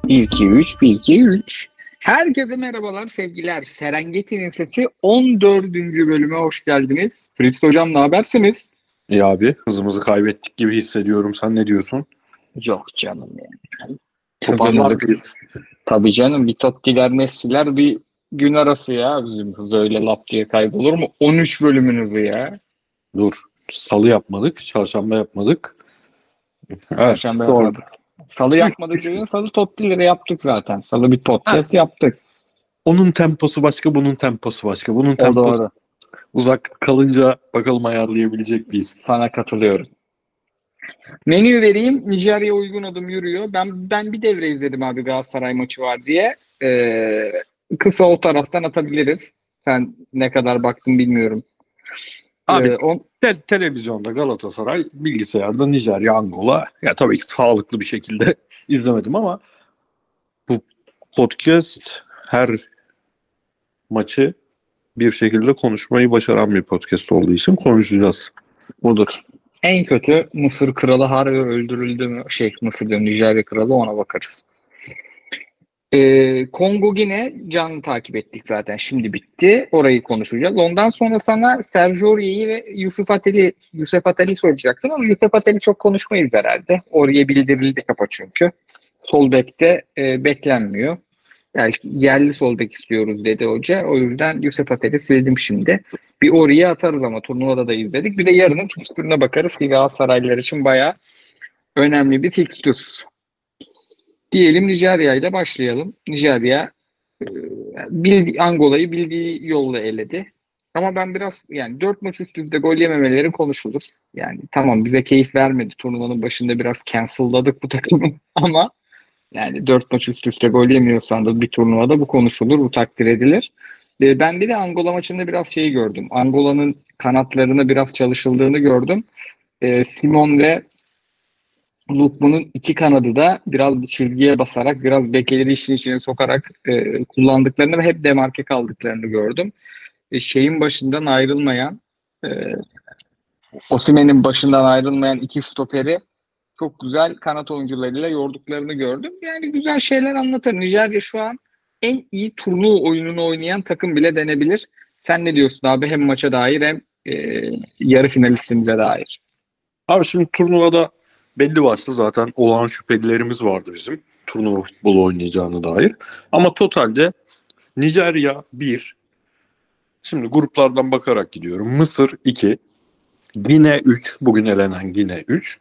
1 2 3 1 2 3. Herkese merhabalar sevgiler. Serengeti'nin Sesi 14. bölüme hoş geldiniz. Fritz hocam ne habersiniz? İyi abi, hızımızı kaybettik gibi hissediyorum. Sen ne diyorsun? Yok canım ya. Toparlar Hızımızı mıyız? tabii canım, bir Totti'ler Messi'ler bir gün arası ya, bizim hız öyle lap diye kaybolur mu? 13 bölümün hızı ya. Dur. Salı yapmadık, çarşamba yapmadık. Evet, Perşembe doğru. yapmadık. Salı Üç, yapmadık üç gün. dedin, salı Totti'leri yaptık zaten. Salı bir Ha, podcast yaptık. onun temposu başka, bunun temposu başka. Bunun O temposu doğru. uzak kalınca bakalım ayarlayabilecek miyiz? Sana katılıyorum. Menüyü vereyim. Nijerya uygun adım yürüyor. Ben bir devre izledim abi, Galatasaray maçı var diye. Kısa o taraftan atabiliriz. Sen ne kadar baktın bilmiyorum. Abi On, televizyonda Galatasaray, bilgisayarda Nijerya, Angola. Ya tabii ki sağlıklı bir şekilde izlemedim ama bu podcast her maçı bir şekilde konuşmayı başaran bir podcast olduğu için konuşacağız. budur. En kötü Mısır kralı harbi öldürüldü mü? Mısır diyorum, Nijerya kralı, ona bakarız. Kongo yine canlı takip ettik zaten. Şimdi bitti. Orayı konuşacağız. Ondan sonra sana Sergio Aurier'i ve Yusuf Atali soracaktım ama Yusuf Atali çok konuşmayız herhalde. Oraya bildirildi kapa çünkü. Sol bekte beklenmiyor. Yani yerli sol bek istiyoruz dedi hoca. O yüzden Yusuf Atali sildim şimdi. Bir oraya atarız ama turnuvada da izledik. Bir de yarının fikstürüne bakarız ki Galatasaraylılar için bayağı önemli bir fikstür. Diyelim Nijerya ile başlayalım. Nijerya Angola'yı bildiği yolla eledi. Ama ben biraz, yani 4 maç üst üste gol yememeleri konuşulur. Yani tamam, bize keyif vermedi. Turnuvanın başında biraz cancel'ladık bu takımı ama yani 4 maç üst üste gol yemiyorsan da bir turnuvada bu konuşulur, bu takdir edilir. Ben bir de Angola maçında biraz şeyi gördüm. Angola'nın kanatlarına biraz çalışıldığını gördüm. Simon ve Lukman'ın iki kanadı da biraz çizgiye basarak, biraz bekleri işin içine sokarak kullandıklarını ve hep demarke kaldıklarını gördüm. Şeyin başından ayrılmayan, e, Osimhen'in başından ayrılmayan iki stoperi çok güzel kanat oyuncularıyla yorduklarını gördüm. Yani güzel şeyler anlatır. Nijerya şu an en iyi turnuva oyununu oynayan takım bile denebilir. Sen ne diyorsun abi? Hem maça dair hem yarı finalistimize dair. Abi şimdi turnuvada belli başlı zaten olağan şüphelilerimiz vardı bizim. Turnuva futbolu oynayacağına dair. Ama totalde Nijerya 1. Şimdi gruplardan bakarak gidiyorum. Mısır 2. Gine 3. Bugün elenen Gine 3.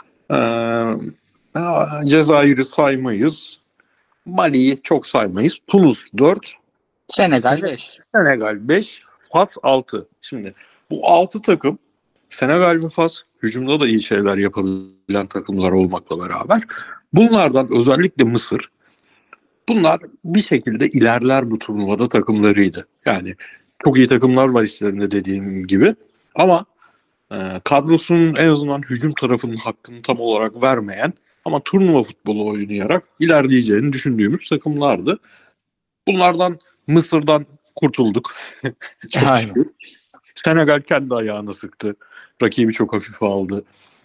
Cezayir'i saymayız. Mali'yi çok saymayız. Tunus 4. Senegal 5. Senegal 5. Fas 6. Şimdi bu 6 takım, Senegal ve Fas hücumda da iyi şeyler yapabilen takımlar olmakla beraber, bunlardan özellikle Mısır, bunlar bir şekilde ilerler bu turnuvada takımlarıydı. Yani çok iyi takımlar var içlerinde dediğim gibi ama kadrosunun en azından hücum tarafının hakkını tam olarak vermeyen ama turnuva futbolu oynayarak ilerleyeceğini düşündüğümüz takımlardı. Bunlardan Mısır'dan kurtulduk. Çok Aynen. şükür. Senegal kendi ayağına sıktı. Rakibi çok hafife aldı.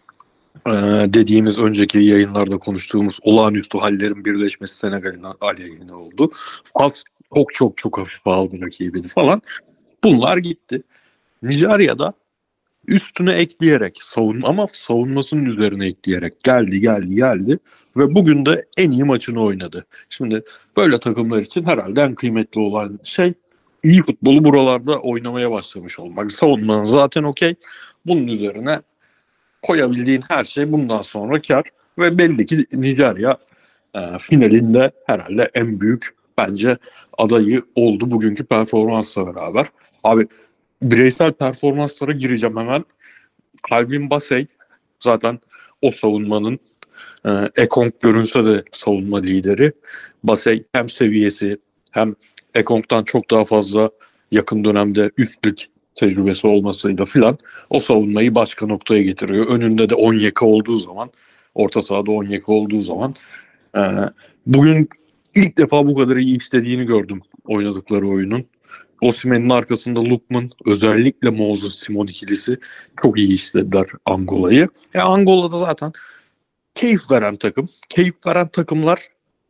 Dediğimiz önceki yayınlarda konuştuğumuz olağanüstü hallerin birleşmesi Senegal'in aleyhine oldu. Fas çok çok çok hafife aldı rakibini falan. Bunlar gitti. Nijerya'da üstüne ekleyerek ama savunmasının üzerine ekleyerek geldi ve bugün de en iyi maçını oynadı. Şimdi böyle takımlar için herhalde en kıymetli olan şey iyi futbolu buralarda oynamaya başlamış olmak. Savunmanın zaten okey. Bunun üzerine koyabildiğin her şey bundan sonra kar ve belli ki Nijerya finalinde herhalde en büyük bence adayı oldu bugünkü performansla beraber. Abi bireysel performanslara gireceğim hemen. Calvin Bassey zaten o savunmanın Ekong görünse de savunma lideri. Bassey hem seviyesi hem Ekong'dan çok daha fazla yakın dönemde üstlük tecrübesi olmasıyla filan o savunmayı başka noktaya getiriyor. Önünde de Onyeka olduğu zaman, orta sahada Onyeka olduğu zaman e, bugün ilk defa bu kadar iyi işlediğini gördüm oynadıkları oyunun. Osimhen'in arkasında Lukman, özellikle Moses Simon ikilisi çok iyi işlediler Angola'yı. Angola'da zaten keyif veren takım. Keyif veren takımlar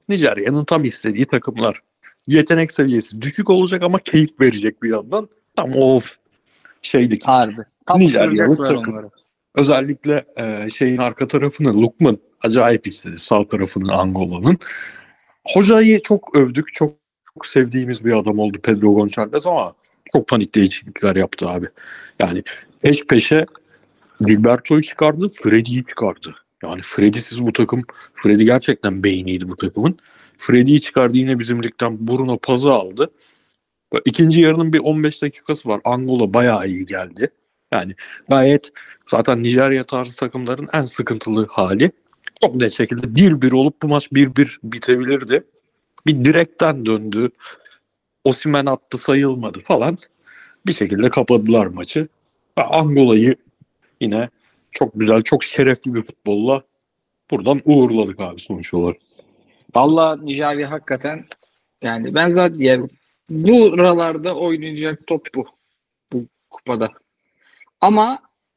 Nijerya'nın tam istediği takımlar. Yetenek seviyesi düşük olacak ama keyif verecek bir yandan. Tam o şeylik. Harbi. Tam Nijeryalı ısıracaklar takım. onları. Özellikle şeyin arka tarafını Lukman acayip istedi. Sağ tarafını Angola'nın. Hocayı çok övdük. Çok sevdiğimiz bir adam oldu Pedro Gonçalves ama çok panik değişiklikler yaptı abi. Yani peş peşe Gilberto'yu çıkardı, Freddy'yi çıkardı. Yani Freddy'siz bu takım, Freddy gerçekten beyniydi bu takımın. Freddy'yi çıkardı, yine bizim ligden Bruno Paz'ı aldı. İkinci yarının bir 15 dakikası var. Angola bayağı iyi geldi. Yani gayet zaten Nijerya tarzı takımların en sıkıntılı hali. Çok net şekilde 1-1 olup bu maç 1-1 bitebilirdi. Bir direkten döndü. Osimhen attı, sayılmadı falan. Bir şekilde kapadılar maçı. Angola'yı yine çok güzel, çok şerefli bir futbolla buradan uğurladık abi sonuç olarak. Valla Nijerya hakikaten, yani ben zaten yani buralarda oynayacak top bu kupada. Ama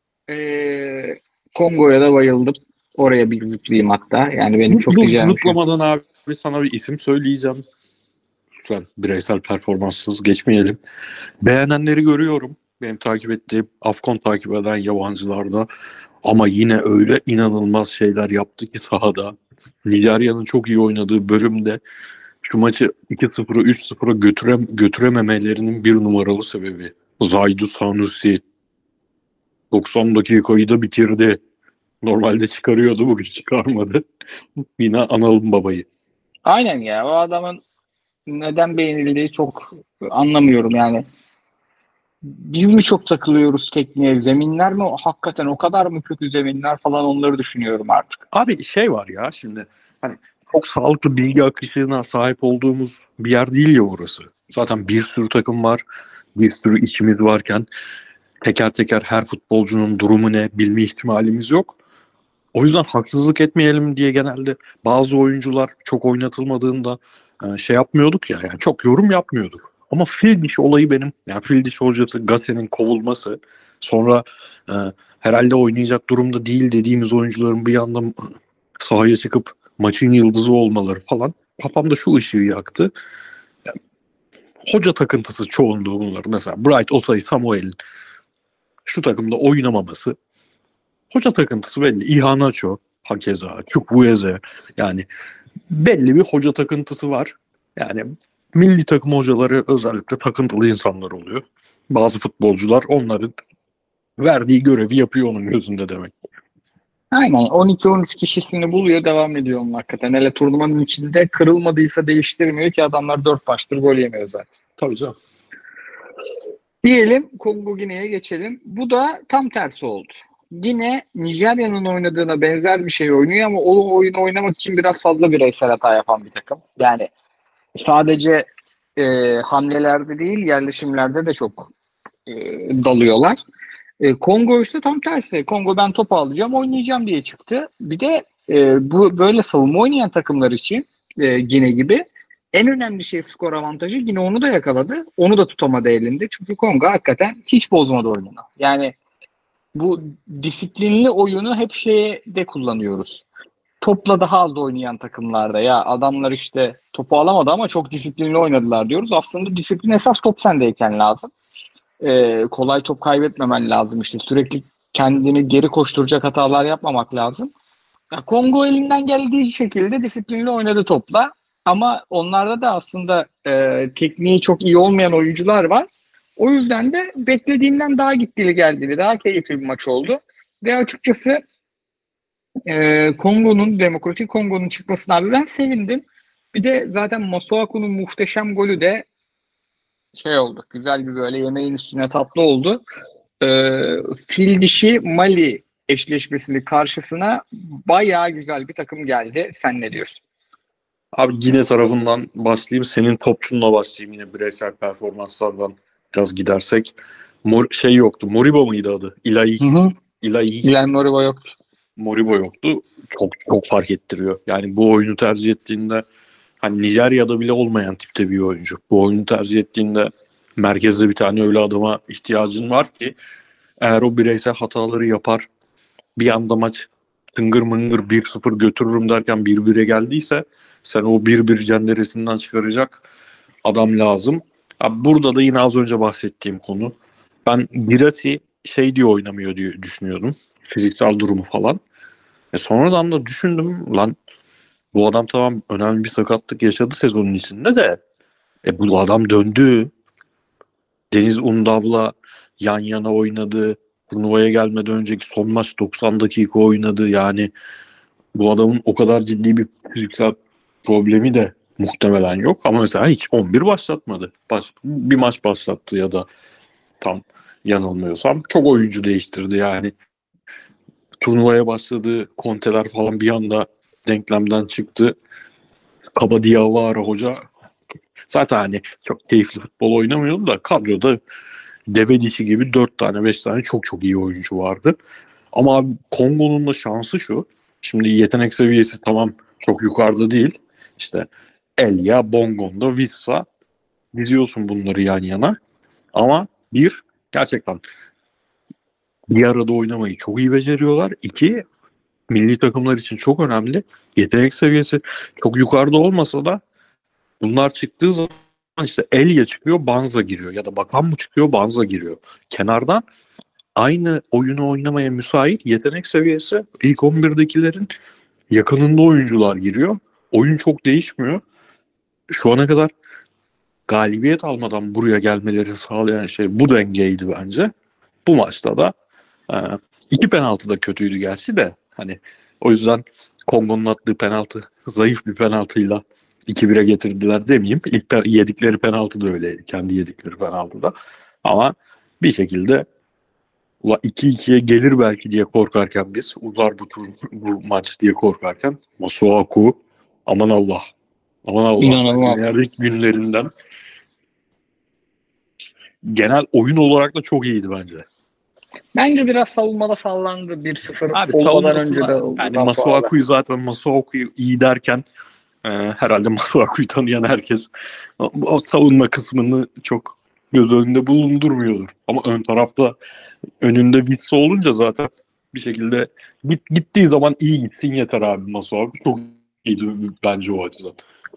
Kongo'ya da bayıldım. Oraya bir zıplayayım hatta. Yani benim çok Dur diyeceğim şey. zıplamadan abi sana bir isim söyleyeceğim. Lütfen bireysel performanssız geçmeyelim. Beğenenleri görüyorum. Benim takip ettiğim, Afcon takip eden yabancılarda. Ama yine öyle inanılmaz şeyler yaptı ki sahada. Nijerya'nın çok iyi oynadığı bölümde şu maçı 2-0'a 3-0'a götürememelerinin bir numaralı sebebi. Zaidu Sanusi 90 dakikayı da bitirdi. Normalde çıkarıyordu, bugün çıkarmadı. Yine analım babayı. Aynen ya. O adamın neden beğenildiği çok anlamıyorum yani. Biz mi çok takılıyoruz tekniğe? Zeminler mi hakikaten o kadar mı kötü zeminler falan, onları düşünüyorum artık. Abi şey var ya şimdi hani çok sağlıklı bilgi akışına sahip olduğumuz bir yer değil ya orası. Zaten bir sürü takım var, bir sürü işimiz varken teker teker her futbolcunun durumu ne bilme ihtimalimiz yok. O yüzden haksızlık etmeyelim diye genelde bazı oyuncular çok oynatılmadığında şey yapmıyorduk ya, yani çok yorum yapmıyorduk. Ama fil dişi olayı benim, yani fil dişi hocası Gase'nin kovulması, sonra e, herhalde oynayacak durumda değil dediğimiz oyuncuların bir yandan sahaya çıkıp maçın yıldızı olmaları falan kafamda şu ışığı yaktı. Yani, hoca takıntısı çoğunluğu bunlar. Mesela Bright Osay Samuel'in şu takımda oynamaması hoca takıntısı belli. İhanaço, hakeza, Chukwueze, yani belli bir hoca takıntısı var. Yani milli takım hocaları özellikle takıntılı insanlar oluyor. Bazı futbolcular onların verdiği görevi yapıyor onun gözünde demek. Aynen, 12-13 kişisini buluyor, devam ediyor onun hakikaten. Hele turnuvanın içinde kırılmadıysa değiştirmiyor ki, adamlar 4 maçtır gol yemiyor zaten. Tabii canım. Diyelim Kongo Gine'ye geçelim. Bu da tam tersi oldu. Gine Nijerya'nın oynadığına benzer bir şey oynuyor ama o oyunu oynamak için biraz fazla bireysel hata yapan bir takım. Yani sadece hamlelerde değil, yerleşimlerde de çok e, dalıyorlar. Kongo ise tam tersi. Kongo ben topu alacağım, oynayacağım diye çıktı. Bir de bu böyle savunma oynayan takımlar için Gine gibi en önemli şey skor avantajı. Yine onu da yakaladı. Onu da tutamadı elinde. Çünkü Kongo hakikaten hiç bozmadı oyununu. Yani bu disiplinli oyunu hep şeye de kullanıyoruz. Topla daha az oynayan takımlarda, ya adamlar işte topu alamadı ama çok disiplinli oynadılar diyoruz. Aslında disiplin esas top sendeyken lazım. Kolay top kaybetmemen lazım, işte sürekli kendini geri koşturacak hatalar yapmamak lazım. Ya Kongo elinden geldiği şekilde disiplinli oynadı topla, ama onlarda da aslında tekniği çok iyi olmayan oyuncular var. O yüzden de beklediğimden daha gittili geldiği, daha keyifli bir maç oldu. Ve açıkçası Demokratik Kongo'nun çıkmasına abi ben sevindim. Bir de zaten Masuaku'nun muhteşem golü de şey oldu. Güzel bir böyle yemeğin üstüne tatlı oldu. Fil dişi Mali eşleşmesinin karşısına bayağı güzel bir takım geldi. Sen ne diyorsun? Abi yine tarafından başlayayım. Senin topçunla başlayayım yine bireysel performanslardan biraz gidersek. Şey yoktu. Moriba mıydı adı? Hı hı. İlahi. İlhan Moriba yoktu. Moriba yoktu. Çok fark ettiriyor. Yani bu oyunu tercih ettiğinde hani Nijerya'da bile olmayan tipte bir oyuncu. Bu oyunu tercih ettiğinde merkezde bir tane öyle adama ihtiyacın var ki eğer o bireysel hataları yapar, bir anda maç tıngır mıngır 1-0 götürürüm derken 1-1'e geldiyse sen o 1-1 cenderesinden çıkaracak adam lazım. Abi burada da yine az önce bahsettiğim konu. Ben Girassi şey diye oynamıyor diye düşünüyordum. Fiziksel durumu falan. Sonradan da düşündüm lan bu adam tamam önemli bir sakatlık yaşadı sezonun içinde de bu adam döndü. Deniz Undav'la yan yana oynadı. Turnuvaya gelmeden önceki son maç 90 dakika oynadı. Yani bu adamın o kadar ciddi bir fiziksel problemi de muhtemelen yok. Ama mesela hiç 11 başlatmadı. Bir maç başlattı ya da tam yanılmıyorsam çok oyuncu değiştirdi yani. Turnuvaya başladı. Conte'ler falan bir anda denklemden çıktı. Kaba Diawara hoca zaten hani çok keyifli futbol oynamıyordu da kadroda deve dişi gibi 4 tane 5 tane çok çok iyi oyuncu vardı. Ama abi Kongo'nun da şansı şu. Şimdi yetenek seviyesi tamam çok yukarıda değil. İşte Elia, Bongonda, Wissa diziyorsun bunları yan yana. Ama bir gerçekten bir arada oynamayı çok iyi beceriyorlar. İki milli takımlar için çok önemli. Yetenek seviyesi çok yukarıda olmasa da bunlar çıktığı zaman işte Elia çıkıyor, Banza giriyor ya da Bakan çıkıyor, Banza giriyor. Kenardan aynı oyunu oynamaya müsait yetenek seviyesi ilk 11'dekilerin yakınında oyuncular giriyor. Oyun çok değişmiyor. Şu ana kadar galibiyet almadan buraya gelmeleri sağlayan şey bu dengeydi bence. Bu maçta da e, iki penaltı da kötüydü gerçi de hani o yüzden Kongo'nun attığı penaltı zayıf bir penaltıyla 2-1'e getirdiler demeyeyim. İlk yedikleri penaltı da öyleydi. Kendi yedikleri penaltı da. Ama bir şekilde 2-2'ye gelir belki diye korkarken biz uzar bu maç diye korkarken Masuaku aman Allah aman Allah İnanılmaz. Premier günlerinden genel oyun olarak da çok iyiydi bence. Bence biraz savunmada sallandı 1-0 Abi olmadan önce de yani Masuaku'yu iyi derken herhalde Masuaku'yu tanıyan herkes o savunma kısmını çok göz önünde bulundurmuyordur. Ama ön tarafta önünde Witsa olunca zaten bir şekilde gittiği zaman iyi gitsin yeter abi Masuaku. Çok iyiydi bence o açıdan.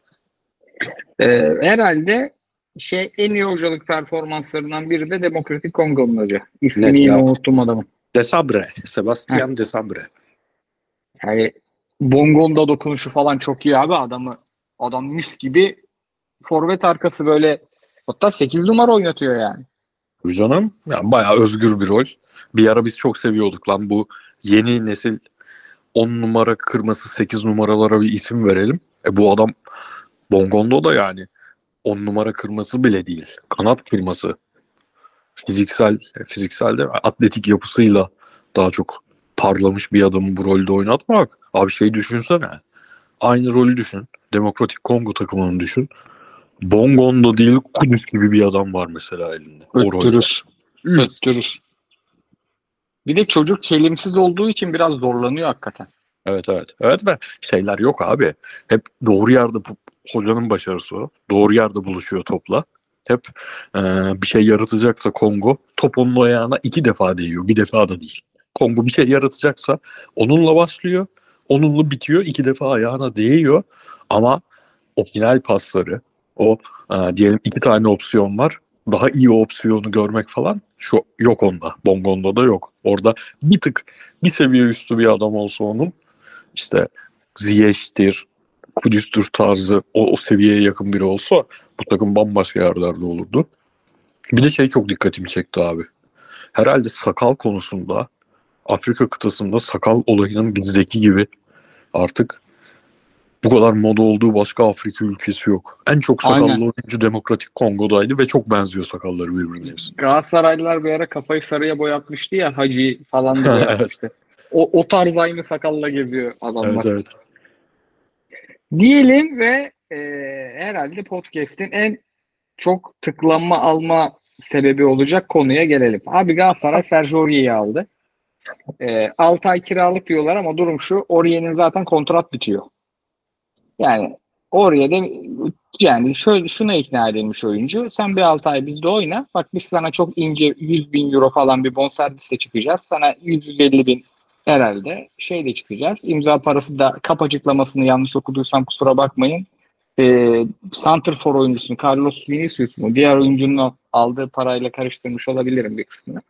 Herhalde en iyi hocalık performanslarından biri de Demokratik Kongo'nun hoca. İsmini Net yine ya. unuttum adamın. Desabre. Sebastian Desabre. Yani Bongon'da dokunuşu falan çok iyi abi adam mis gibi forvet arkası böyle hatta 8 numara oynatıyor yani. Bu canım yani bayağı özgür bir rol. Bir ara biz çok seviyorduk lan bu yeni nesil 10 numara kırması 8 numaralara bir isim verelim. Bu adam Bongondo da yani 10 numara kırması bile değil. Kanat kırması. Fiziksel de atletik yapısıyla daha çok parlamış bir adamı bu rolde oynatmak. Abi şey düşünsene. Aynı rolü düşün. Demokratik Kongo takımını düşün. Bongondo değil Kudüs gibi bir adam var mesela elinde. O rolde. Öttürür. Bir de çocuk çelimsiz olduğu için biraz zorlanıyor hakikaten. Evet. Evet ve şeyler yok abi. Hep doğru yerde hocanın başarısı o. Doğru yerde buluşuyor topla. Hep bir şey yaratacaksa Kongo top onun ayağına 2 defa değiyor. Bir defa da değil. Kongo bir şey yaratacaksa onunla başlıyor. Onunla bitiyor. 2 defa ayağına değiyor. Ama o final pasları diyelim 2 tane opsiyon var. Daha iyi opsiyonu görmek falan şu yok onda. Bongon'da da yok. Orada bir seviye üstü bir adam olsa onun işte Ziyech'tir, Kudüs'tür tarzı o seviyeye yakın biri olsa bu takım bambaşka yerlerde olurdu. Bir de şey çok dikkatimi çekti abi. Herhalde sakal konusunda Afrika kıtasında sakal olayının bizdeki gibi artık bu kadar moda olduğu başka Afrika ülkesi yok. En çok sakallı Aynen. oyuncu Demokratik Kongo'daydı ve çok benziyor sakalları birbirine. Galatasaraylılar bir ara kafayı sarıya boyatmıştı ya Hacı falan da boyatmıştı. O tarz aynı sakalla geziyor adamlar. Evet. Diyelim ve herhalde podcast'in en çok tıklanma alma sebebi olacak konuya gelelim. Abi Galatasaray Sergio Aurier'i aldı. 6 ay kiralık diyorlar ama durum şu. Aurier'in zaten kontrat bitiyor. Yani Aurier'de yani şöyle şuna ikna edilmiş oyuncu. Sen bir 6 ay bizde oyna. Bak biz sana çok ince 100 bin euro falan bir bonservisle çıkacağız. Sana 150 bin herhalde şeyle çıkacağız. İmza parası da kap açıklamasını yanlış okuduysam kusura bakmayın. Santrfor oyuncusunu Carlos Vinicius mu? Diğer oyuncunun aldığı parayla karıştırmış olabilirim bir kısmını.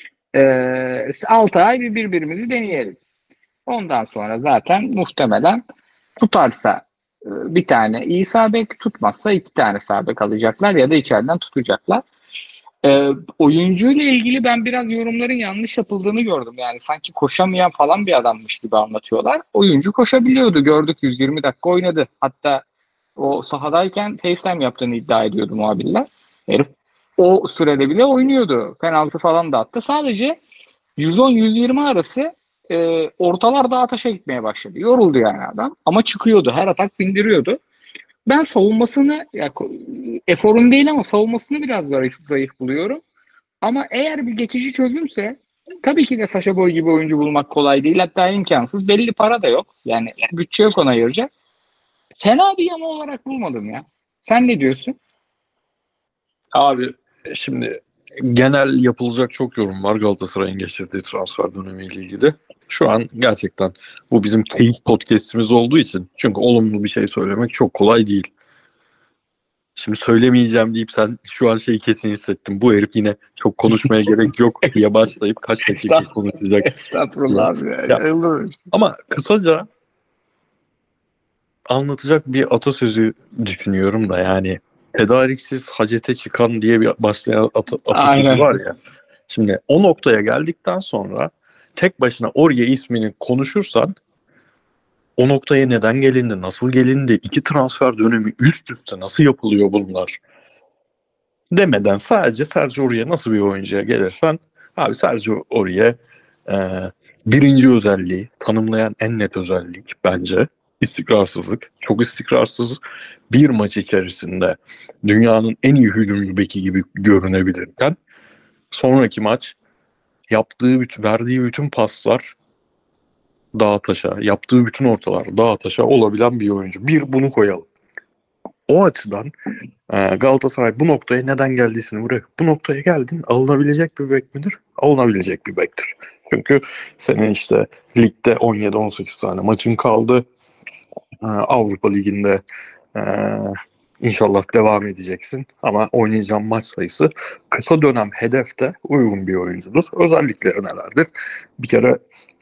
6 ay birbirimizi deneyelim. Ondan sonra zaten muhtemelen tutarsa bir tane iyi sağ bek, tutmazsa 2 tane sağ bek alacaklar ya da içeriden tutacaklar. Oyuncuyla ilgili ben biraz yorumların yanlış yapıldığını gördüm. Yani sanki koşamayan falan bir adammış gibi anlatıyorlar. Oyuncu koşabiliyordu. Gördük 120 dakika oynadı. Hatta o sahadayken FaceTime yaptığını iddia ediyordu muhabirler. Herif o sürede bile oynuyordu. Penaltı falan da attı. Sadece 110-120 arası ortalar dağa taşa gitmeye başladı. Yoruldu yani adam. Ama çıkıyordu. Her atak bindiriyordu. Ben savunmasını eforun değil ama savunmasını biraz zayıf buluyorum. Ama eğer bir geçici çözümse tabii ki de Sacha Boey gibi oyuncu bulmak kolay değil. Hatta imkansız. Belli para da yok. Yani bütçe yok ona ayıracak. Fena bir yama olarak bulmadım ya. Sen ne diyorsun? Abi şimdi genel yapılacak çok yorum var Galatasaray'ın geçirdiği transfer dönemiyle ilgili. Şu an gerçekten bu bizim keyif podcast'imiz olduğu için, çünkü olumlu bir şey söylemek çok kolay değil. Şimdi söylemeyeceğim deyip sen şu an şeyi kesin hissettim. Bu herif yine çok konuşmaya gerek yok diye başlayıp kaç dakika konuşacak. Estağfurullah abi. Ya, ama kısaca anlatacak bir atasözü düşünüyorum da, yani tedariksiz hacete çıkan diye bir başlayan atasözü var ya. Şimdi o noktaya geldikten sonra tek başına oraya ismini konuşursan o noktaya neden gelindi, nasıl gelindi, 2 transfer dönemi üst üste nasıl yapılıyor bunlar demeden sadece Sergio Aurier nasıl bir oyuncuya gelirsen, abi Sergio Aurier birinci özelliği, tanımlayan en net özellik bence istikrarsızlık. Çok istikrarsız, bir maç içerisinde dünyanın en iyi hücumcu beki gibi görünebilirken sonraki maç verdiği bütün paslar dağa taşa, yaptığı bütün ortalar dağa taşa olabilen bir oyuncu. Bir, bunu koyalım. O açıdan Galatasaray bu noktaya neden geldiğini bırak. Bu noktaya geldin, alınabilecek bir bek midir? Alınabilecek bir bektir. Çünkü senin işte ligde 17-18 tane maçın kaldı. Avrupa Ligi'nde inşallah devam edeceksin. Ama oynayacağın maç sayısı kısa dönem hedefte uygun bir oyuncudur. Özellikleri nelerdir? Bir kere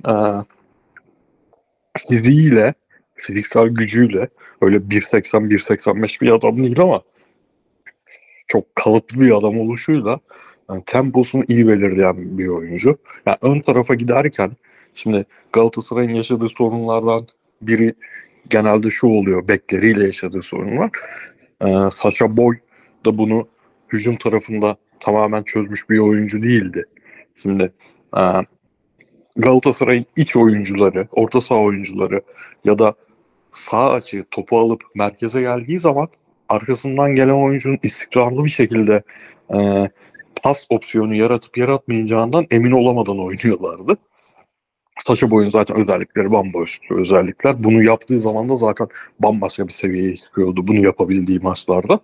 fiziğiyle, fiziksel gücüyle öyle 1.80-1.85 bir adam değil ama çok kalıplı bir adam oluşuyla yani temposunu iyi belirleyen bir oyuncu. Yani ön tarafa giderken şimdi Galatasaray'ın yaşadığı sorunlardan biri genelde şu oluyor. Bekleriyle yaşadığı sorunlar. Sacha Boey da bunu hücum tarafında tamamen çözmüş bir oyuncu değildi. Şimdi Galatasaray'ın iç oyuncuları, orta saha oyuncuları ya da sağ açı topu alıp merkeze geldiği zaman arkasından gelen oyuncunun istikrarlı bir şekilde pas opsiyonu yaratıp yaratmayacağından emin olamadan oynuyorlardı. Sacha Boey'un zaten özellikleri bambaşka özellikler. Bunu yaptığı zaman da zaten bambaşka bir seviyeye çıkıyordu bunu yapabildiği maçlarda.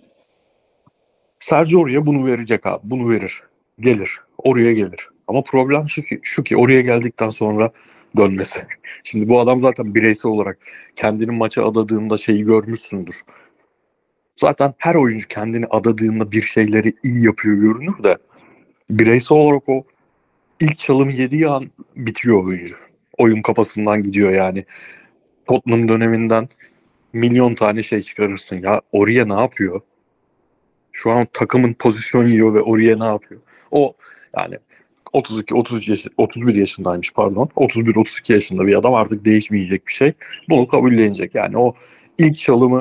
Sergio Aurier bunu verecek abi. Bunu verir. Gelir. Oraya gelir. Ama problem şu ki oraya geldikten sonra dönmesi. Şimdi bu adam zaten bireysel olarak kendini maça adadığında şeyi görmüşsündür. Zaten her oyuncu kendini adadığında bir şeyleri iyi yapıyor görünür de bireysel olarak o ilk çalımı yediği an bitiyor oyuncu. Oyun kafasından gidiyor yani. Tottenham döneminden milyon tane şey çıkarırsın. Ya Aurier ne yapıyor? Şu an takımın pozisyon yiyor ve Aurier ne yapıyor? O yani 31 yaşındaymış pardon. 31-32 yaşında bir adam, artık değişmeyecek bir şey. Bunu kabullenecek. Yani o ilk çalımı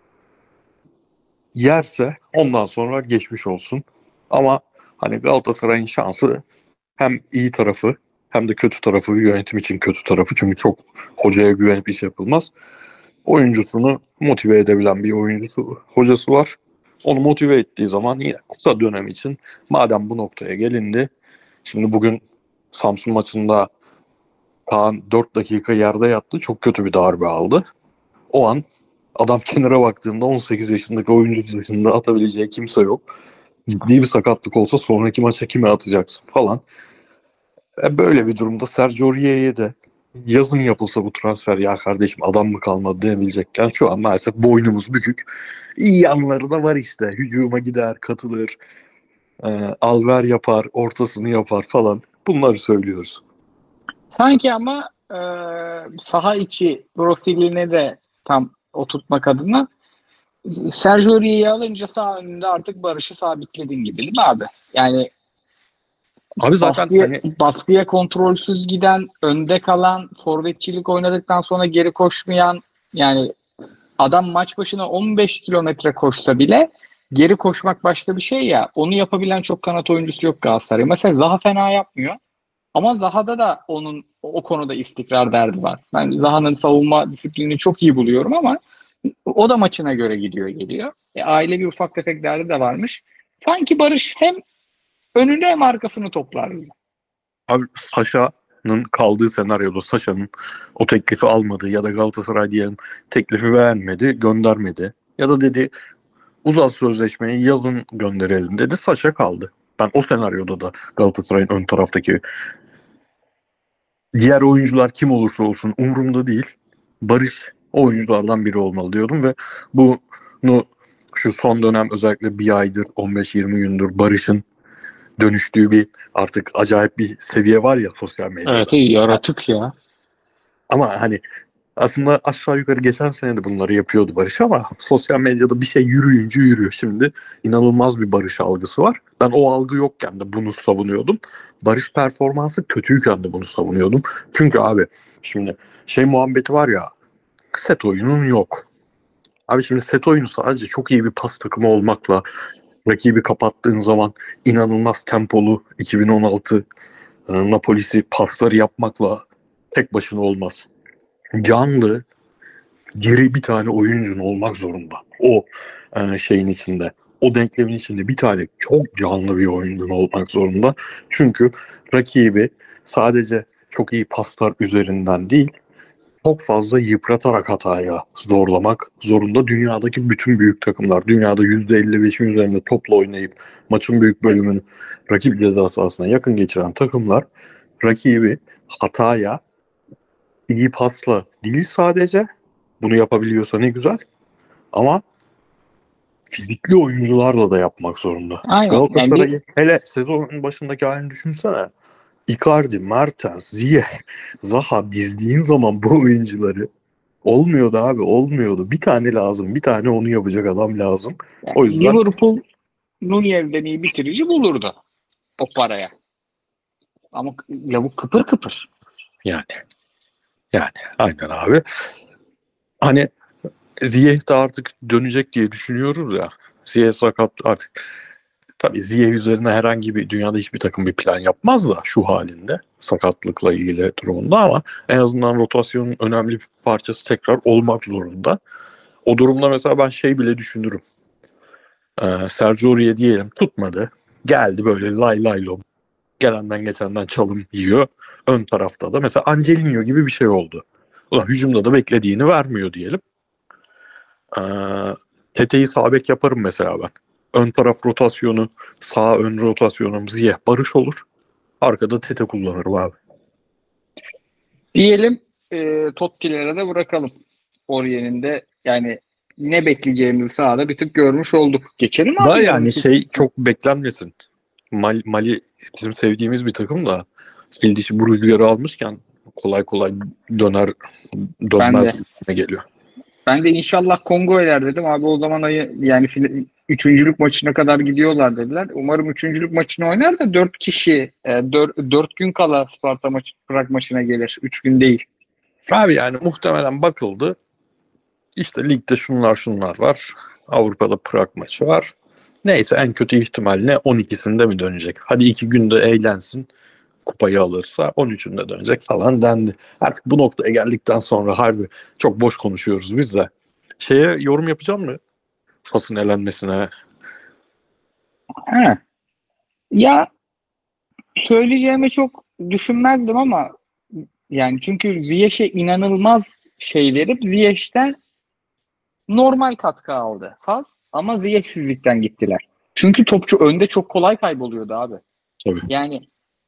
yerse ondan sonra geçmiş olsun. Ama hani Galatasaray'ın şansı hem iyi tarafı hem de kötü tarafı, yönetim için kötü tarafı. Çünkü çok hocaya güvenip iş yapılmaz. Oyuncusunu motive edebilen bir hocası var. Onu motive ettiği zaman yine kısa dönem için madem bu noktaya gelindi. Şimdi bugün Samsun maçında Kaan 4 dakika yerde yattı. Çok kötü bir darbe aldı. O an adam kenara baktığında 18 yaşındaki oyuncu dışında atabileceği kimse yok. Ciddi bir sakatlık olsa sonraki maça kime atacaksın falan. Böyle bir durumda Sergio Aurier'e de yazın yapılsa bu transfer, ya kardeşim adam mı kalmadı denebilecekken, şu an maalesef boynumuz bükük. İyi yanları da var işte. Hücuma gider, katılır, alver yapar, ortasını yapar falan. Bunları söylüyoruz. Sanki ama saha içi profiline de tam oturtmak adına Sergio Aurier'i alınca sağ önünde artık Barış'ı sabitledin gibi değil mi abi? Yani Abi zaten hani baskıya kontrolsüz giden, önde kalan, forvetçilik oynadıktan sonra geri koşmayan, yani adam maç başına 15 kilometre koşsa bile geri koşmak başka bir şey ya. Onu yapabilen çok kanat oyuncusu yok Galatasaray'ın. Mesela Zaha fena yapmıyor. Ama Zaha'da da onun o konuda istikrar derdi var. Ben Zaha'nın savunma disiplinini çok iyi buluyorum ama o da maçına göre gidiyor geliyor. Ailevi ufak tefek derdi de varmış. Sanki Barış hem önünü hem arkasını toplar gibi. abi Saşa'nın kaldığı senaryoda Saşa'nın o teklifi almadığı ya da Galatasaray diyelim teklifi beğenmedi, göndermedi. Ya da dedi uzat sözleşmeyi, yazın gönderelim dedi. Saşa kaldı. Ben o senaryoda da Galatasaray'ın ön taraftaki diğer oyuncular kim olursa olsun umurumda değil, Barış o oyunculardan biri olmalı diyordum ve bunu şu son dönem özellikle bir aydır, 15-20 gündür Barış'ın dönüştüğü bir artık acayip bir seviye var ya sosyal medyada. Evet, yaratık ya. Ama hani aslında aşağı yukarı geçen sene de bunları yapıyordu Barış, ama sosyal medyada bir şey yürüyünce yürüyor. Şimdi inanılmaz bir Barış algısı var. Ben o algı yokken de bunu savunuyordum. Barış performansı kötüyken de bunu savunuyordum. Çünkü abi şimdi şey muhabbeti var ya, set oyunun yok. Abi şimdi set oyunu sadece çok iyi bir pas takımı olmakla, rakibi kapattığın zaman inanılmaz tempolu 2016 Napoli'si pasları yapmakla tek başına olmaz. Canlı, geri bir tane oyuncun olmak zorunda. O şeyin içinde, o denklemin içinde bir tane çok canlı bir oyuncun olmak zorunda. Çünkü rakibi sadece çok iyi paslar üzerinden değil, çok fazla yıpratarak hataya zorlamak zorunda. Dünyadaki bütün büyük takımlar, dünyada %55'in üzerinde topla oynayıp maçın büyük bölümünü rakip ceza sahasına yakın geçiren takımlar rakibi hataya iyi pasla değil sadece, bunu yapabiliyorsa ne güzel, ama fizikli oyuncularla da yapmak zorunda. Aynen. Galatasaray'ı hele sezonun başındaki halini düşünsene. Icardi, Mertens, Ziyech, Zaha dizdiğin zaman bu oyuncuları olmuyordu abi, olmuyordu. Bir tane lazım, bir tane onu yapacak adam lazım. O yüzden Liverpool Nunez'den iyi bitirici bulurdu o paraya. Ama lavuk kıpır kıpır. yani yani aynen abi. Hani Ziyech de artık dönecek diye düşünüyoruz ya. Ziyech sakat artık. Tabii Ziyech üzerine herhangi bir dünyada hiçbir takım bir plan yapmaz da şu halinde sakatlıkla ilgili durumunda, ama en azından rotasyonun önemli bir parçası tekrar olmak zorunda. O durumda mesela ben şey bile düşünürüm. Sergio Aurier diyelim tutmadı. Geldi böyle lay lay lom. Gelenden geçenden çalım yiyor. Ön tarafta da mesela Angelino gibi bir şey oldu. Ulan hücumda da beklediğini vermiyor diyelim. Tete'yi sağ bek yaparım mesela ben. Ön taraf rotasyonu, sağ ön rotasyonum Ziyech, Barış olur. Arkada Tete kullanırım abi. Diyelim Totti'lere de bırakalım. Oriye'nin de yani ne bekleyeceğimizi sahada bir tık görmüş olduk. Geçelim Da abi yani yarınki. şey çok beklenmesin. Mali bizim sevdiğimiz bir takım da fil dişi bu rüzgarı almışken kolay kolay döner Ben dönmez de. geliyor. Ben de inşallah Kongo eler dedim. Abi o zaman yani üçüncülük maçına kadar gidiyorlar dediler. Umarım üçüncülük maçını oynar da 4 kişi 4 gün kala Sparta Prag maçına gelir. 3 gün değil. Abi yani muhtemelen bakıldı. İşte ligde şunlar var. Avrupa'da Prag maçı var. Neyse en kötü ihtimalle 12'sinde mi dönecek? Hadi 2 günde eğlensin. Kupayı alırsa 13'ünde dönecek falan dendi. Artık bu noktaya geldikten sonra harbi çok boş konuşuyoruz biz de. Şeye yorum yapacağım mı? Fas'ın elenmesine. He. Ya söyleyeceğimi çok düşünmezdim ama yani çünkü Ziyech'e inanılmaz şey verip Ziyech'ten normal katkı aldı Faz ama Ziyech'sizlikten gittiler. Çünkü topçu önde çok kolay kayboluyordu abi. Tabii. Yani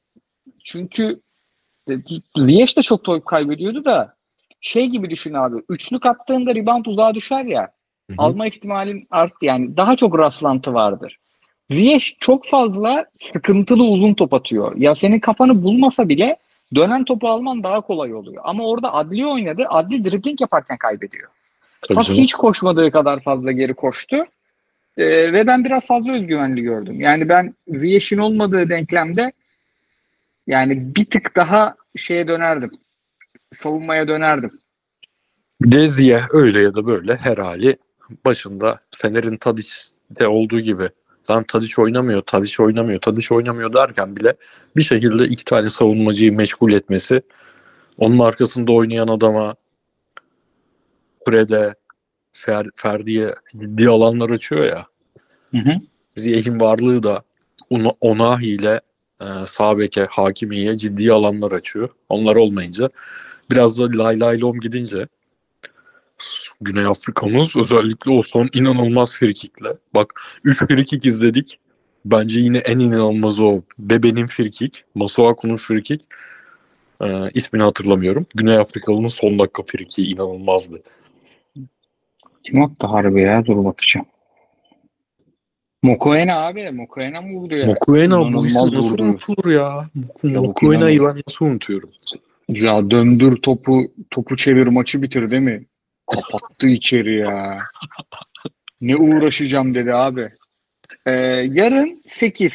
Çünkü Ziyech de çok top kaybediyordu da şey gibi düşün abi. Üçlük attığında rebound uzağa düşer ya. Hı hı. Alma ihtimalin arttı yani. Daha çok rastlantı vardır. Ziyech çok fazla sıkıntılı uzun top atıyor. Ya senin kafanı bulmasa bile dönen topu alman daha kolay oluyor. Ama orada Adli oynadı. Adli dribbling yaparken kaybediyor. Tabii Pas canım. hiç koşmadığı kadar fazla geri koştu. Ve ben biraz fazla özgüvenli gördüm. Yani ben Ziyech'in olmadığı denklemde yani bir tık daha şeye dönerdim. Savunmaya dönerdim. Deziye öyle ya da böyle her hali başında Fener'in Tadic'te olduğu gibi lan Tadic oynamıyor, Tadic oynamıyor, Tadic oynamıyor derken bile bir şekilde iki tane savunmacıyı meşgul etmesi, onun arkasında oynayan adama Fred'e, Ferdi'ye ciddi alanlar açıyor ya. Hı hı. Ziyech'in varlığı da Onahi ile sağ beke, Hakimi'ye ciddi alanlar açıyor. Onlar olmayınca biraz da lay lay lom gidince Güney Afrika'mız özellikle o son inanılmaz frikikle. Bak 3 frikik izledik. Bence yine en inanılmazı o. Bebe'nin frikik, Masuaku'nun frikik. İsmini hatırlamıyorum. Güney Afrikalı'nın son dakika frikiği inanılmazdı. Kim attı harbi ya? Dur bakacağım. Mokoena abi. Mokoena mı vurdu ya? Mokuena bu isim İnanılmaz nasıl vurdu. unutulur ya? Çabuk Mokuena'yı ben nasıl unutuyorum? Ya döndür topu çevir maçı bitir değil mi? Kapattı içeri ya. Ne uğraşacağım dedi abi. Yarın 8.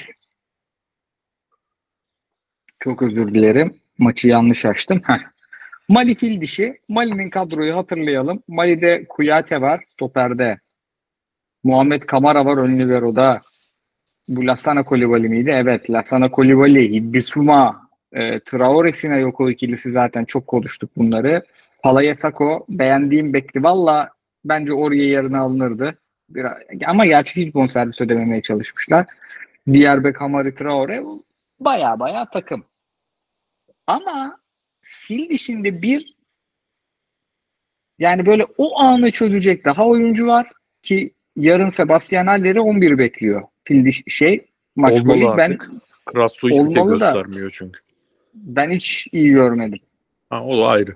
Çok özür dilerim. Maçı yanlış açtım. Heh. Mali fil dişi. Mali'nin kadroyu hatırlayalım. Mali'de Kuyate var stoperde. Muhammed Kamara var ön libero'da. Bu Lassana Coulibaly miydi? Evet. Lassana Coulibaly, Bissouma, Traore Sinayoko ikilisi zaten çok konuştuk bunları. Palaya Sako beğendiğim bekli. Valla bence oraya yerine alınırdı. Ama gerçi hiç bonservis ödememeye çalışmışlar. Diğer bek Hamari Traore baya baya takım. Ama fil dişinde bir yani böyle o anı çözecek daha oyuncu var ki yarın Sebastian Haller'i 11 bekliyor. Fil diş maç Olmalı golü ben artık. Krasso hiçbir şey olmalı da göstermiyor çünkü. ben hiç iyi görmedim. Ha, o da ayrı.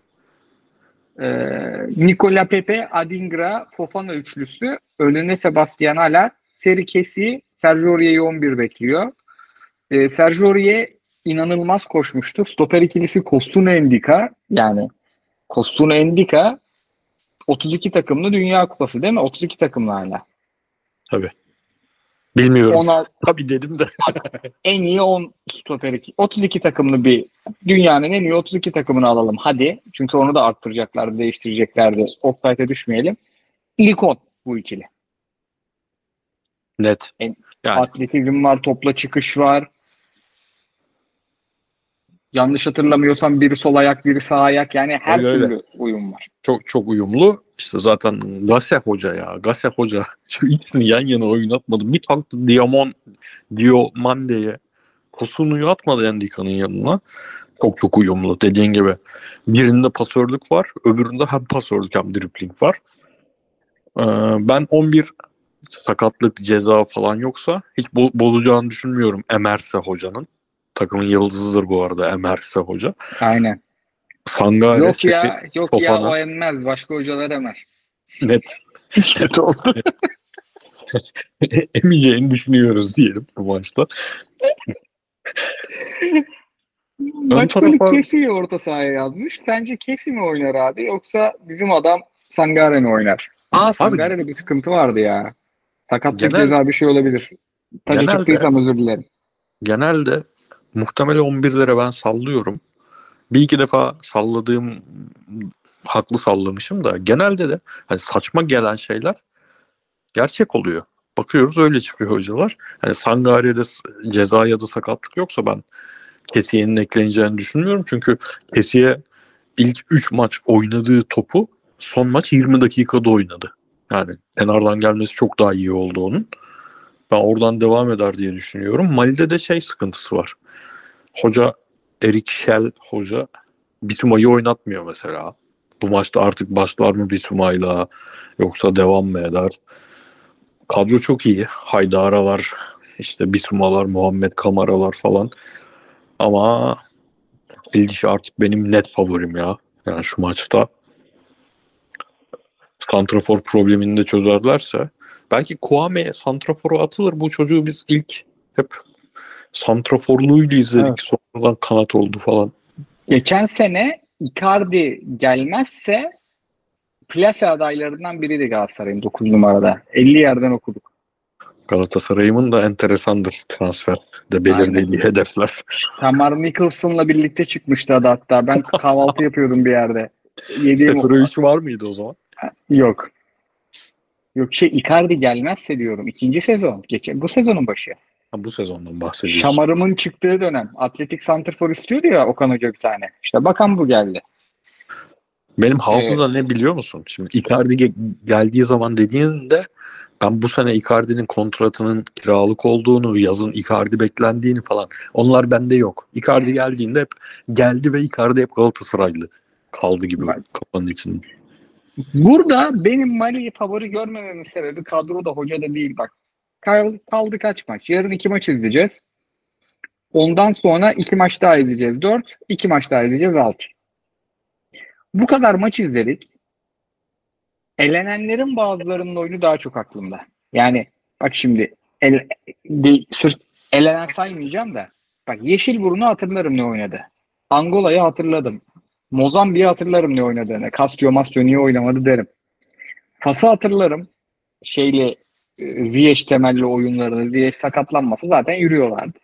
Nicola Pepe, Adingra, Fofana üçlüsü. Önüne Sebastian Haller, Seri Kesi, Sergio Aurier'i 11 bekliyor. Sergio Aurier inanılmaz koşmuştu. Stoper ikilisi Kosuna Endika yani Kosuna Endika 32 takımlı Dünya Kupası değil mi? 32 takımlı hala. Tabii. Bilmiyorum. Ona Tabii dedim de. en iyi 10 stoper 32 takımlı bir dünyanın en iyi 32 takımını alalım hadi. Çünkü onu da arttıracaklardı, değiştireceklerdi. Offside'e düşmeyelim. İlk 10 bu ikili. Net. Yani. Atletizm var, topla çıkış var. Yanlış hatırlamıyorsam biri sol ayak, biri sağ ayak. Yani her öyle, türlü öyle. uyum var. Çok çok uyumlu. İşte zaten Gasset Hoca ya. Gasset Hoca şu ikisini yan yana oynatmadı. Bir taktı Diomande'ye. Kosunu'yu atmadı Endika'nın yanına. Çok çok uyumlu. Dediğin gibi. Birinde pasörlük var. Öbüründe hem pasörlük hem dribling var. Ben 11 sakatlık, ceza falan yoksa hiç bozacağını düşünmüyorum Emerse Hoca'nın. Takımın yıldızıdır bu arada Emerse Hoca. Aynen. Sangare, Yok ya, yok Fofana. ya o emmez. Başka hocalar emer. Net. Kötü oldu. Emeceğini düşünüyoruz diyelim bu maçta. Maç golü Kessi'yi orta sahaya yazmış. Sence Kessi mi oynar abi yoksa bizim adam Sangare mi oynar? Sangare'de bir sıkıntı vardı ya. Sakatlık ceza bir şey olabilir. Taca çıktıysam özür dilerim. Genelde muhtemelen 11'lere ben sallıyorum. Bir iki defa salladığım haklı sallamışım da genelde de hani saçma gelen şeyler gerçek oluyor. Bakıyoruz öyle çıkıyor hocalar. Hani Sangare'de ceza ya da sakatlık yoksa ben Kessiye'nin ekleneceğini düşünmüyorum. Çünkü Kessiye ilk 3 maç oynadığı topu son maç 20 dakikada oynadı. Yani kenardan gelmesi çok daha iyi oldu onun. Ben oradan devam eder diye düşünüyorum. Mali'de de sıkıntısı var. Hoca Erik Shell hoca Bissouma'yı oynatmıyor mesela. Bu maçta artık başlar mı Bissouma'yla yoksa devam mı eder? Kadro çok iyi. Haydaralar, işte Bissouma'lar, Muhammed Kamara'lar falan. Ama fil dişi artık benim net favorim ya. Yani şu maçta santrafor problemini de çözerlerse belki Kouame santrafora atılır. Bu çocuğu biz ilk hep santraforluğuyla Evet. izledik. Sonradan kanat oldu falan. Geçen sene Icardi gelmezse plase adaylarından biriydi Galatasaray'ın 9 numarada. 50 yerden okuduk. Galatasaray'ın da enteresandır transfer de Aynen. belirlediği hedefler. Tamar Nicholson'la birlikte çıkmıştı adı hatta. Ben kahvaltı yapıyordum bir yerde. Yediğim Seferovic var mıydı o zaman? yok. Yok Icardi gelmezse diyorum. İkinci sezon. Bu sezonun başı. Ha, bu sezondan bahsediyorsun. Şamarımın çıktığı dönem. Atletik santrfor istiyordu ya Okan Hoca bir tane. İşte bakan bu geldi. Benim Ee, hafıza ne biliyor musun? Şimdi Icardi geldiği zaman dediğinde ben bu sene Icardi'nin kontratının kiralık olduğunu, yazın Icardi beklendiğini falan onlar bende yok. Icardi geldiğinde hep geldi ve Icardi hep Galatasaraylı kaldı gibi kafanın içinde. Burada benim Mali'yi favori görmememin sebebi kadro da hoca da değil bak. Kaldı kaç maç? Yarın 2 maç izleyeceğiz. Ondan sonra 2 maç daha izleyeceğiz. 4, 2 maç daha izleyeceğiz 6. Bu kadar maç izledik. Elenenlerin bazılarının oyunu daha çok aklımda. Yani bak şimdi sırf elenen saymayacağım da bak Yeşilburun'u hatırlarım ne oynadı. Angola'yı hatırladım. Mozambik'i hatırlarım ne oynadığını. Castro niye oynamadı derim. Fas'ı hatırlarım. Ziyech temelli oyunlarını. Ziyech sakatlanmasa zaten yürüyorlardı.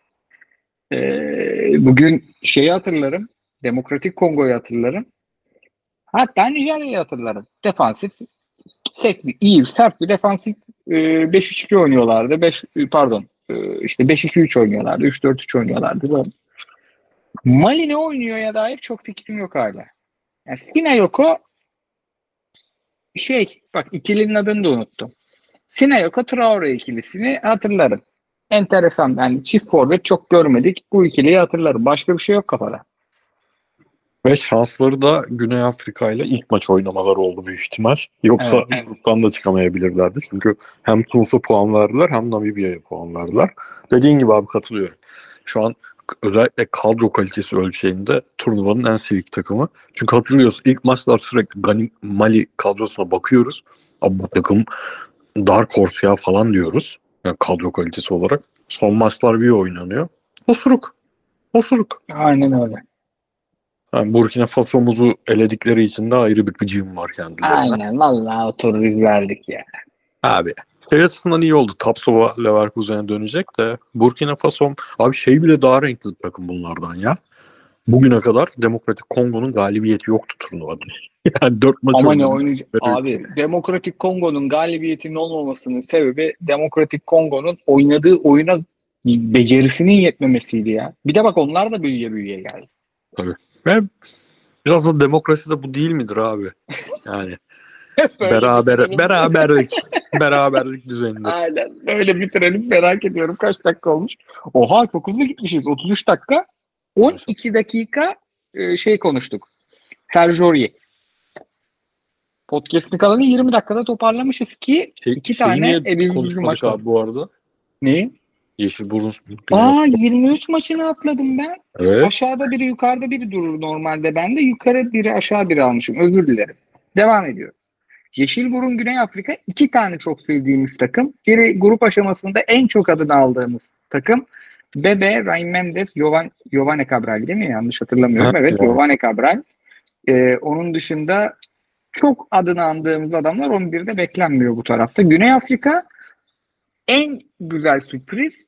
Bugün şeyi hatırlarım. Demokratik Kongo'yu hatırlarım. Hatta Nijerya'yı hatırlarım. Defansif iyi sert bir defansif 5-3-2 oynuyorlardı. İşte 5-2-3 oynuyorlardı. 3-4-3 oynuyorlardı. Böyle. Mali ne oynuyor dair çok fikrim yok hala. Yani Sinayoko bak ikilinin adını da unuttum. Sinayoko Traore ikilisini hatırlarım. Enteresan. Yani çift forvet çok görmedik. Bu ikiliyi hatırlarım. Başka bir şey yok kafada. Ve şansları da Güney Afrika ile ilk maç oynamaları oldu büyük ihtimal. Yoksa Evet. gruptan da çıkamayabilirlerdi. Çünkü hem Tunus'a puan verdiler hem Namibya'ya puan verdiler. Dediğin gibi abi katılıyorum. Şu an özellikle kadro kalitesi ölçeğinde turnuvanın en silik takımı. Çünkü hatırlıyoruz ilk maçlar sürekli Mali kadrosuna bakıyoruz. Abi bu takım Dark Horse ya falan diyoruz. Yani kadro kalitesi olarak. Son maçlar bir oynanıyor. Osuruk. Osuruk. Aynen öyle. Yani Burkina Faso'muzu eledikleri için de ayrı bir gıcığım var kendilerine. Aynen. Vallahi oturur verdik ya. Abi şey açısından iyi oldu. Tapsoba Leverkusen'e dönecek de Burkina Faso abi şey bile daha renkli bir takım bunlardan ya. Bugüne kadar Demokratik Kongo'nun galibiyeti yoktu turnuvada. Yani 4 maç Ama ne oynadı. oynayacak? Abi Demokratik Kongo'nun galibiyetinin olmamasının sebebi Demokratik Kongo'nun oynadığı oyuna becerisinin yetmemesiydi ya. Bir de bak onlar da büyüye büyüye geldi. Tabii. Ve biraz da demokrasi de bu değil midir abi? Yani Hep böyle bitirelim. beraberlik düzenidir. Aynen. Öyle bitirelim merak ediyorum. Kaç dakika olmuş? Oha çok hızlı gitmişiz. 33 dakika. 12 dakika konuştuk. Serjori. Podcast'ın kalanı 20 dakikada toparlamışız ki iki Şeyi tane niye elimizdeki maç konuşmadık var. abi bu arada? Neyi? Yeşilburun Güney Afrika. 23 maçını atladım ben. Evet. Aşağıda biri yukarıda biri durur normalde. Ben de yukarı biri aşağı biri almışım. Özür dilerim. Devam ediyorum. Yeşilburun Güney Afrika 2 tane çok sevdiğimiz takım. Biri grup aşamasında en çok adını aldığımız takım. Bebe, Ryan Mendes, Giovanni Cabral değil mi? Yanlış hatırlamıyorum. Evet, Yani. Giovanni Cabral. Onun dışında çok adını andığımız adamlar 11'de beklenmiyor bu tarafta. Güney Afrika en güzel sürpriz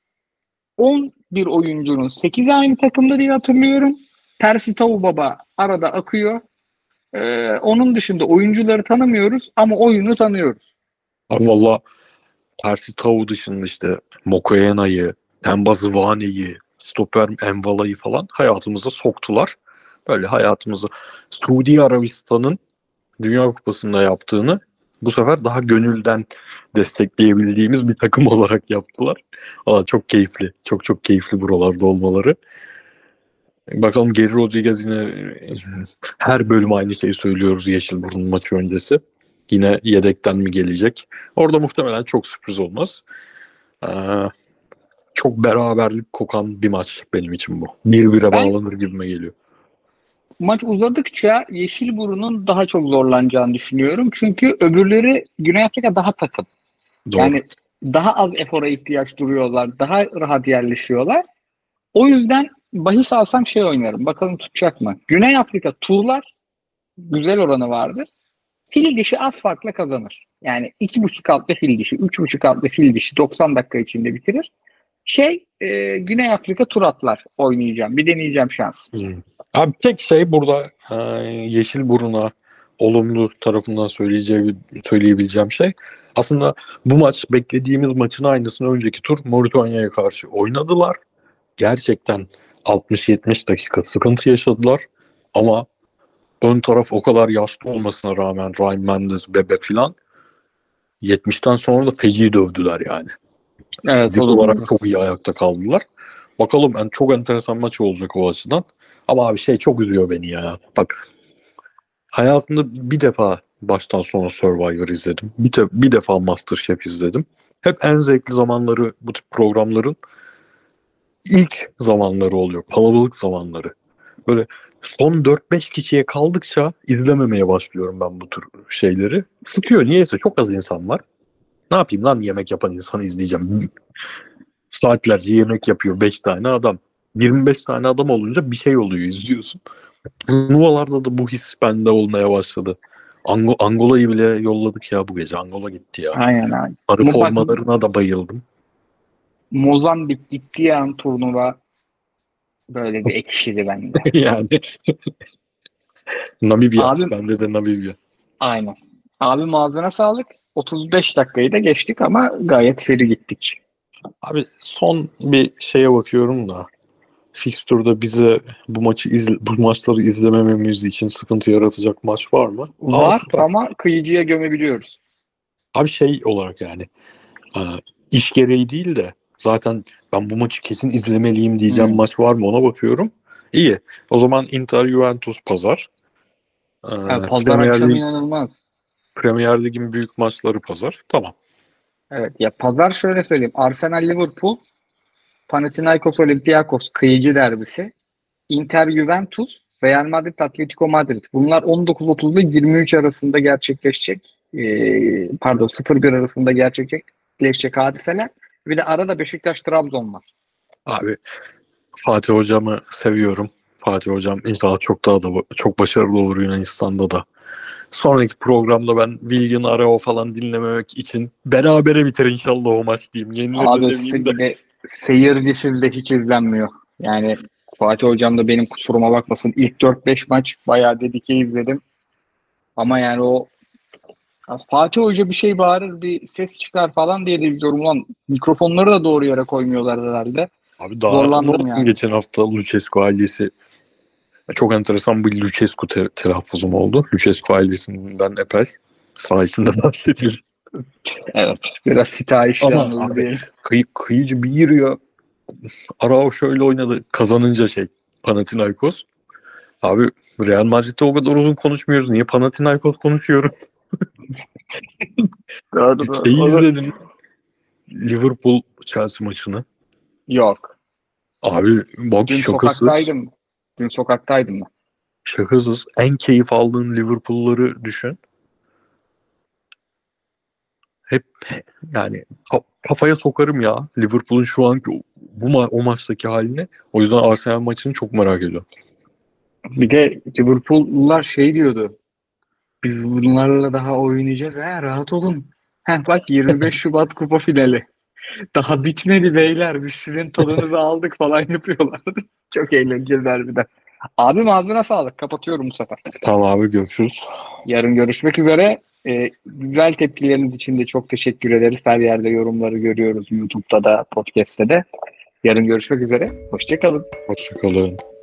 11 oyuncunun 8'i aynı takımda diye hatırlıyorum. Persi Tau Baba arada akıyor. Onun dışında oyuncuları tanımıyoruz ama oyunu tanıyoruz. Abi valla Persi Tau dışında işte Mokoyena'yı, Temba Zvane'yi, Stoper Envala'yı falan hayatımıza soktular. Böyle hayatımızı Suudi Arabistan'ın Dünya Kupası'nda yaptığını bu sefer daha gönülden destekleyebildiğimiz bir takım olarak yaptılar. Çok keyifli. Çok çok keyifli buralarda olmaları. Bakalım Geri Rodriguez yine her bölüm aynı şeyi söylüyoruz Yeşilburun maçı öncesi. Yine yedekten mi gelecek? Orada muhtemelen çok sürpriz olmaz. çok beraberlik kokan bir maç benim için bu. 1-1'e Ben bağlanır gibime geliyor. maç uzadıkça Yeşilburun'un daha çok zorlanacağını düşünüyorum. Çünkü öbürleri Güney Afrika daha takım. Doğru. Yani daha az efora ihtiyaç duruyorlar. Daha rahat yerleşiyorlar. O yüzden bahis alsam şey oynarım. Bakalım tutacak mı? Güney Afrika turlar güzel oranı vardır. Fil dişi az farkla kazanır. Yani 2,5 altlı fil dişi, 3,5 altlı fil dişi 90 dakika içinde bitirir. Güney Afrika tur atlar oynayacağım. Bir deneyeceğim şans. Abi tek şey burada Yeşilburun'a olumlu tarafından söyleyebileceğim şey aslında bu maç beklediğimiz maçın aynısını önceki tur Moritanya'ya karşı oynadılar. Gerçekten 60-70 dakika sıkıntı yaşadılar ama ön taraf o kadar yaşlı olmasına rağmen Ryan Mendes, Bebe filan 70'ten sonra da feci dövdüler yani. Evet, Fizik o da olarak doğru. çok iyi ayakta kaldılar. Bakalım çok enteresan maç olacak o açıdan. Ama abi çok üzüyor beni ya. Bak hayatımda bir defa baştan sona Survivor izledim. Bir defa MasterChef izledim. Hep en zevkli zamanları bu tip programların ilk zamanları oluyor. Kalabalık zamanları. Böyle son 4-5 kişiye kaldıkça izlememeye başlıyorum ben bu tür şeyleri. Sıkıyor niyeyse çok az insan var. Ne yapayım lan yemek yapan insanı izleyeceğim. Saatlerce yemek yapıyor 5 tane adam. 25 tane adam olunca bir şey oluyor izliyorsun. Turnuvalarda da bu his bende olmaya başladı. Angola'yı bile yolladık ya bu gece. Angola gitti ya. Aynen abi. Sarı Bak, formalarına da bayıldım. Mozambik gittiği an turnuva böyle bir ekşidi bende. Yani Namibya. Abim Bende de Namibya. aynen. Abim ağzına sağlık. 35 dakikayı da geçtik ama gayet feri gittik. Abi son bir şeye bakıyorum da fikstürde bize bu maçları izlemememiz için sıkıntı yaratacak maç var mı? Var Süper. ama kıyıcıya gömebiliyoruz. Abi olarak yani iş gereği değil de zaten ben bu maçı kesin izlemeliyim diyeceğim maç var mı ona bakıyorum. İyi. O zaman Inter Juventus pazar. Pazar akşamı Lig, inanılmaz. Premier Lig'in büyük maçları pazar. Tamam. Evet ya, pazar şöyle söyleyeyim. Arsenal Liverpool, Panathinaikos Olympiakos kıyıcı derbisi. Inter Juventus, Real Madrid Atletico Madrid. Bunlar 19.30 ile 23 arasında gerçekleşecek. 01 arasında gerçekleşecek hadiseler. Bir de arada Beşiktaş Trabzon var. Abi Fatih hocamı seviyorum. Fatih hocam inşallah çok başarılı olur Yunanistan'da da. Sonraki programda ben Willian Arao falan dinlememek için berabere biter inşallah o maç diyeyim. Yenilir de Abi demeyeyim de. seyircisiz de hiç izlenmiyor. Yani Fatih Hocam da benim kusuruma bakmasın. İlk 4-5 maç bayağı dedike izledim. Ama yani Fatih Hoca bir şey bağırır, bir ses çıkar falan diye de biliyorum. Ulan mikrofonları da doğru yere koymuyorlar herhalde. Abi daha Zorlandım anlattım yani. geçen hafta Lucescu ailesi. Çok enteresan bir Lucescu telaffuzum oldu. Lucescu ailesinden epey sayesinde bahsedildi. Evet. Biraz sitayiş Ama yalnız abi diyelim. kıyıcı bir giriyor. Arao şöyle oynadı. Kazanınca Panathinaikos. Abi Real Madrid'de o kadar uzun konuşmuyoruz. Niye Panathinaikos konuşuyoruz? Doğru, doğru. İzledin. Liverpool Chelsea maçını. Yok. Abi bak Dün sokaktaydım. Ben. şakasız en keyif aldığın Liverpool'ları düşün. Hep yani kafaya sokarım ya Liverpool'un şu anki o maçtaki halini. O yüzden Arsenal maçını çok merak ediyorum. Bir de Liverpool'lular şey diyordu. Biz bunlarla daha oynayacağız. Rahat olun. Bak 25 Şubat kupa finali. Daha bitmedi beyler. Biz sizin tadınızı aldık falan yapıyorlardı. Çok eğleneceğiz harbiden. Abim ağzına sağlık. Kapatıyorum bu sefer. Tamam abi görüşürüz. Yarın görüşmek üzere. Güzel tepkileriniz için de çok teşekkür ederiz. Her yerde yorumları görüyoruz. YouTube'da da, podcast'te de. Yarın görüşmek üzere. Hoşça kalın. Hoşçakalın.